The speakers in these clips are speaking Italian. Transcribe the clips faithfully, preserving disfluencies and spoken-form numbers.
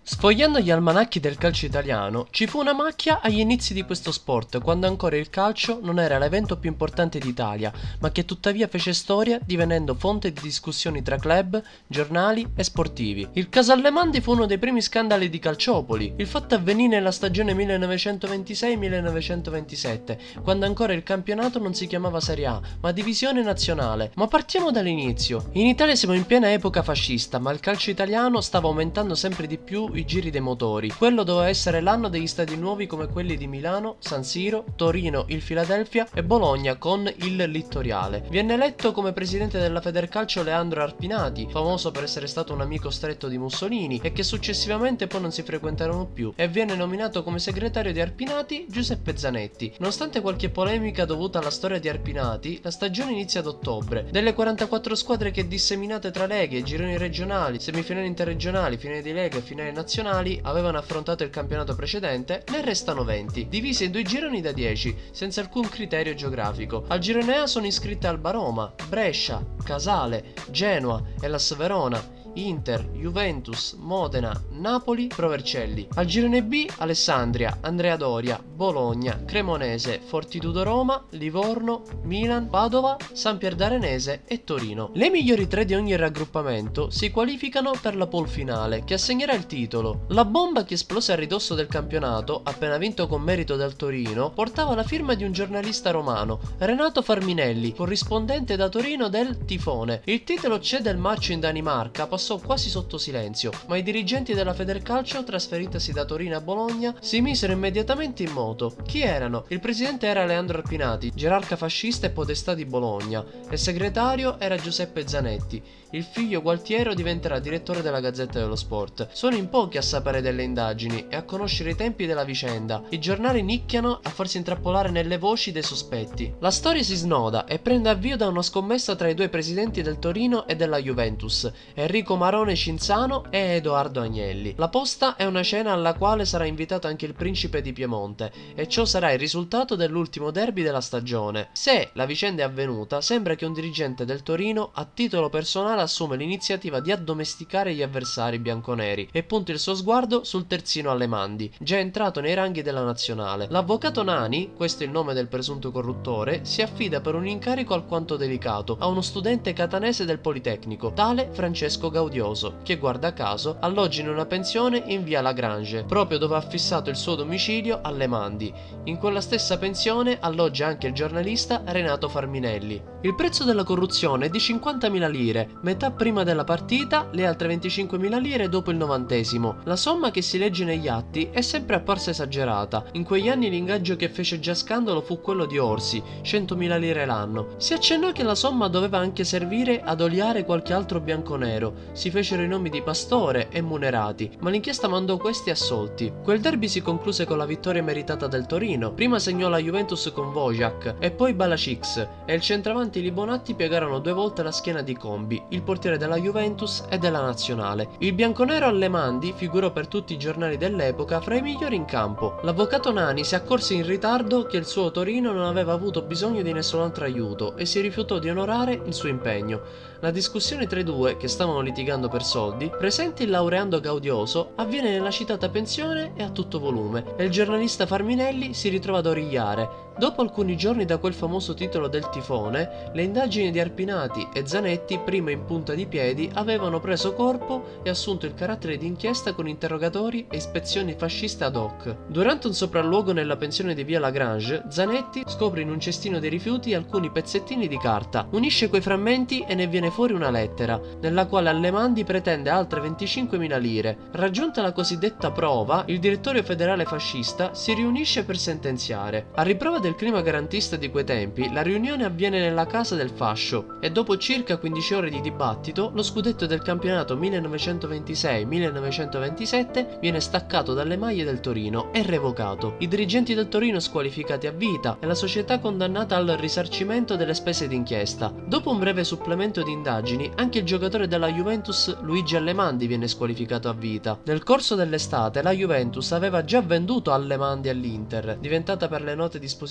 Sfogliando gli almanacchi del calcio italiano, ci fu una macchia agli inizi di questo sport, quando ancora il calcio non era l'evento più importante d'Italia, ma che tuttavia fece storia divenendo fonte di discussioni tra club, giornali e sportivi. Il caso Allemandi fu uno dei primi scandali di calciopoli. Il fatto avvenì nella stagione millenovecentoventisei millenovecentoventisette, quando ancora il campionato non si chiamava Serie A, ma Divisione Nazionale. Ma partiamo dall'inizio. In Italia siamo in piena epoca fascista, ma il calcio italiano stava aumentando sempre di più i giri dei motori. Quello doveva essere l'anno degli stadi nuovi come quelli di Milano, San Siro, Torino, il Philadelphia e Bologna con il Littoriale. Viene eletto come presidente della Federcalcio Leandro Arpinati, famoso per essere stato un amico stretto di Mussolini e che successivamente poi non si frequentarono più, e viene nominato come segretario di Arpinati Giuseppe Zanetti. Nonostante qualche polemica dovuta alla storia di Arpinati, la stagione inizia ad ottobre. Delle quarantaquattro squadre che disseminate tra leghe, gironi regionali, semifinali interregionali, finali di lega e finali nazionali avevano affrontato il campionato precedente, ne restano venti, divise in due gironi da dieci, senza alcun criterio geografico. Al girone A sono iscritte Alba Roma, Brescia, Casale, Genoa, Hellas Verona, Inter, Juventus, Modena, Napoli, Pro Vercelli. Al girone B Alessandria, Andrea Doria, Bologna, Cremonese, Fortitudo Roma, Livorno, Milan, Padova, San Pierdarenese e Torino. Le migliori tre di ogni raggruppamento si qualificano per la pole finale, che assegnerà il titolo. La bomba che esplose a ridosso del campionato, appena vinto con merito dal Torino, portava la firma di un giornalista romano, Renato Farminelli, corrispondente da Torino del Tifone. Il titolo cede al marcio in Danimarca passò quasi sotto silenzio, ma i dirigenti della Federcalcio, trasferitasi da Torino a Bologna, si misero immediatamente in moto. Chi erano? Il presidente era Leandro Arpinati, gerarca fascista e podestà di Bologna, e il segretario era Giuseppe Zanetti. Il figlio Gualtiero diventerà direttore della Gazzetta dello Sport. Sono in pochi a sapere delle indagini e a conoscere i tempi della vicenda. I giornali nicchiano a farsi intrappolare nelle voci dei sospetti. La storia si snoda e prende avvio da una scommessa tra i due presidenti del Torino e della Juventus, Enrico Marone Cinzano e Edoardo Agnelli. La posta è una cena alla quale sarà invitato anche il principe di Piemonte, e ciò sarà il risultato dell'ultimo derby della stagione. Se la vicenda è avvenuta, sembra che un dirigente del Torino a titolo personale assume l'iniziativa di addomesticare gli avversari bianconeri e punta il suo sguardo sul terzino Allemandi, già entrato nei ranghi della nazionale. L'avvocato Nani, questo è il nome del presunto corruttore, si affida per un incarico alquanto delicato a uno studente catanese del Politecnico, tale Francesco Gaudioso, che guarda caso alloggia in una pensione in via Lagrange, proprio dove ha fissato il suo domicilio Allemandi. In quella stessa pensione alloggia anche il giornalista Renato Farminelli. Il prezzo della corruzione è di cinquantamila lire, metà prima della partita, le altre venticinquemila lire dopo il novantesimo. La somma che si legge negli atti è sempre apparsa esagerata. In quegli anni l'ingaggio che fece già scandalo fu quello di Orsi, centomila lire l'anno. Si accennò che la somma doveva anche servire ad oliare qualche altro bianconero. Si fecero i nomi di Pastore e Munerati, ma l'inchiesta mandò questi assolti. Quel derby si concluse con la vittoria meritata del Torino. Prima segnò la Juventus con Wojak e poi Balacic, e il centravanti Libonatti piegarono due volte la schiena di Combi, il portiere della Juventus e della Nazionale. Il bianconero Allemandi figurò per tutti i giornali dell'epoca fra i migliori in campo. L'avvocato Nani si accorse in ritardo che il suo Torino non aveva avuto bisogno di nessun altro aiuto e si rifiutò di onorare il suo impegno. La discussione tra i due, che stavano litigando per soldi, presente il laureando Gaudioso, avviene nella citata pensione e a tutto volume, e il giornalista Farminelli si ritrova ad origliare. Dopo alcuni giorni da quel famoso titolo del tifone, le indagini di Arpinati e Zanetti, prima in punta di piedi, avevano preso corpo e assunto il carattere di inchiesta con interrogatori e ispezioni fasciste ad hoc. Durante un sopralluogo nella pensione di via Lagrange, Zanetti scopre in un cestino dei rifiuti alcuni pezzettini di carta, unisce quei frammenti e ne viene fuori una lettera, nella quale Allemandi pretende altre venticinquemila lire. Raggiunta la cosiddetta prova, il direttorio federale fascista si riunisce per sentenziare. A riprova del clima garantista di quei tempi, la riunione avviene nella casa del fascio e dopo circa quindici ore di dibattito, lo scudetto del campionato millenovecentoventisei millenovecentoventisette viene staccato dalle maglie del Torino e revocato. I dirigenti del Torino squalificati a vita e la società condannata al risarcimento delle spese d'inchiesta. Dopo un breve supplemento di indagini, anche il giocatore della Juventus Luigi Allemandi viene squalificato a vita. Nel corso dell'estate la Juventus aveva già venduto Allemandi all'Inter, diventata per le note disposizioni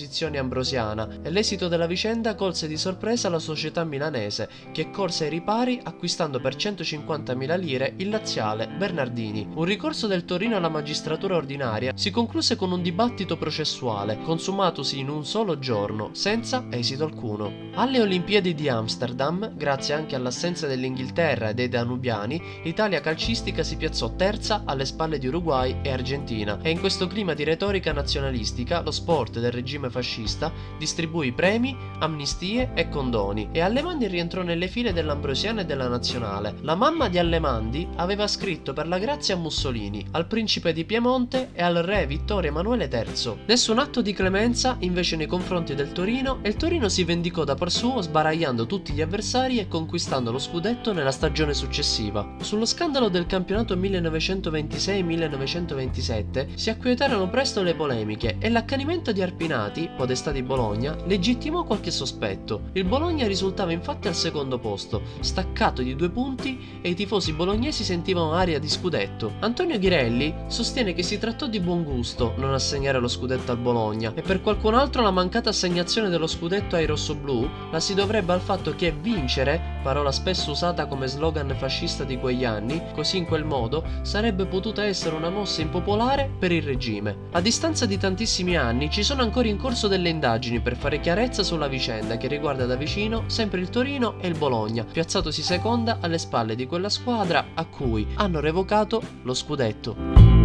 posizione ambrosiana e l'esito della vicenda colse di sorpresa la società milanese, che corse ai ripari acquistando per centocinquantamila lire il laziale Bernardini. Un ricorso del Torino alla magistratura ordinaria si concluse con un dibattito processuale, consumatosi in un solo giorno, senza esito alcuno. Alle Olimpiadi di Amsterdam, grazie anche all'assenza dell'Inghilterra e dei danubiani, l'Italia calcistica si piazzò terza alle spalle di Uruguay e Argentina, e in questo clima di retorica nazionalistica lo sport del regime fascista distribuì premi, amnistie e condoni, e Allemandi rientrò nelle file dell'Ambrosiana e della Nazionale. La mamma di Allemandi aveva scritto per la grazia a Mussolini, al principe di Piemonte e al re Vittorio Emanuele terzo. Nessun atto di clemenza invece nei confronti del Torino, e il Torino si vendicò da par suo sbaragliando tutti gli avversari e conquistando lo scudetto nella stagione successiva. Sullo scandalo del campionato millenovecentoventisei millenovecentoventisette si acquietarono presto le polemiche e l'accanimento di Arpinati, podestà di Bologna, legittimò qualche sospetto. Il Bologna risultava infatti al secondo posto, staccato di due punti, e i tifosi bolognesi sentivano aria di scudetto. Antonio Ghirelli sostiene che si trattò di buon gusto non assegnare lo scudetto al Bologna, e per qualcun altro la mancata assegnazione dello scudetto ai rossoblù la si dovrebbe al fatto che vincere, parola spesso usata come slogan fascista di quegli anni, così in quel modo sarebbe potuta essere una mossa impopolare per il regime. A distanza di tantissimi anni ci sono ancora in corso delle indagini per fare chiarezza sulla vicenda che riguarda da vicino sempre il Torino e il Bologna, piazzatosi seconda alle spalle di quella squadra a cui hanno revocato lo scudetto.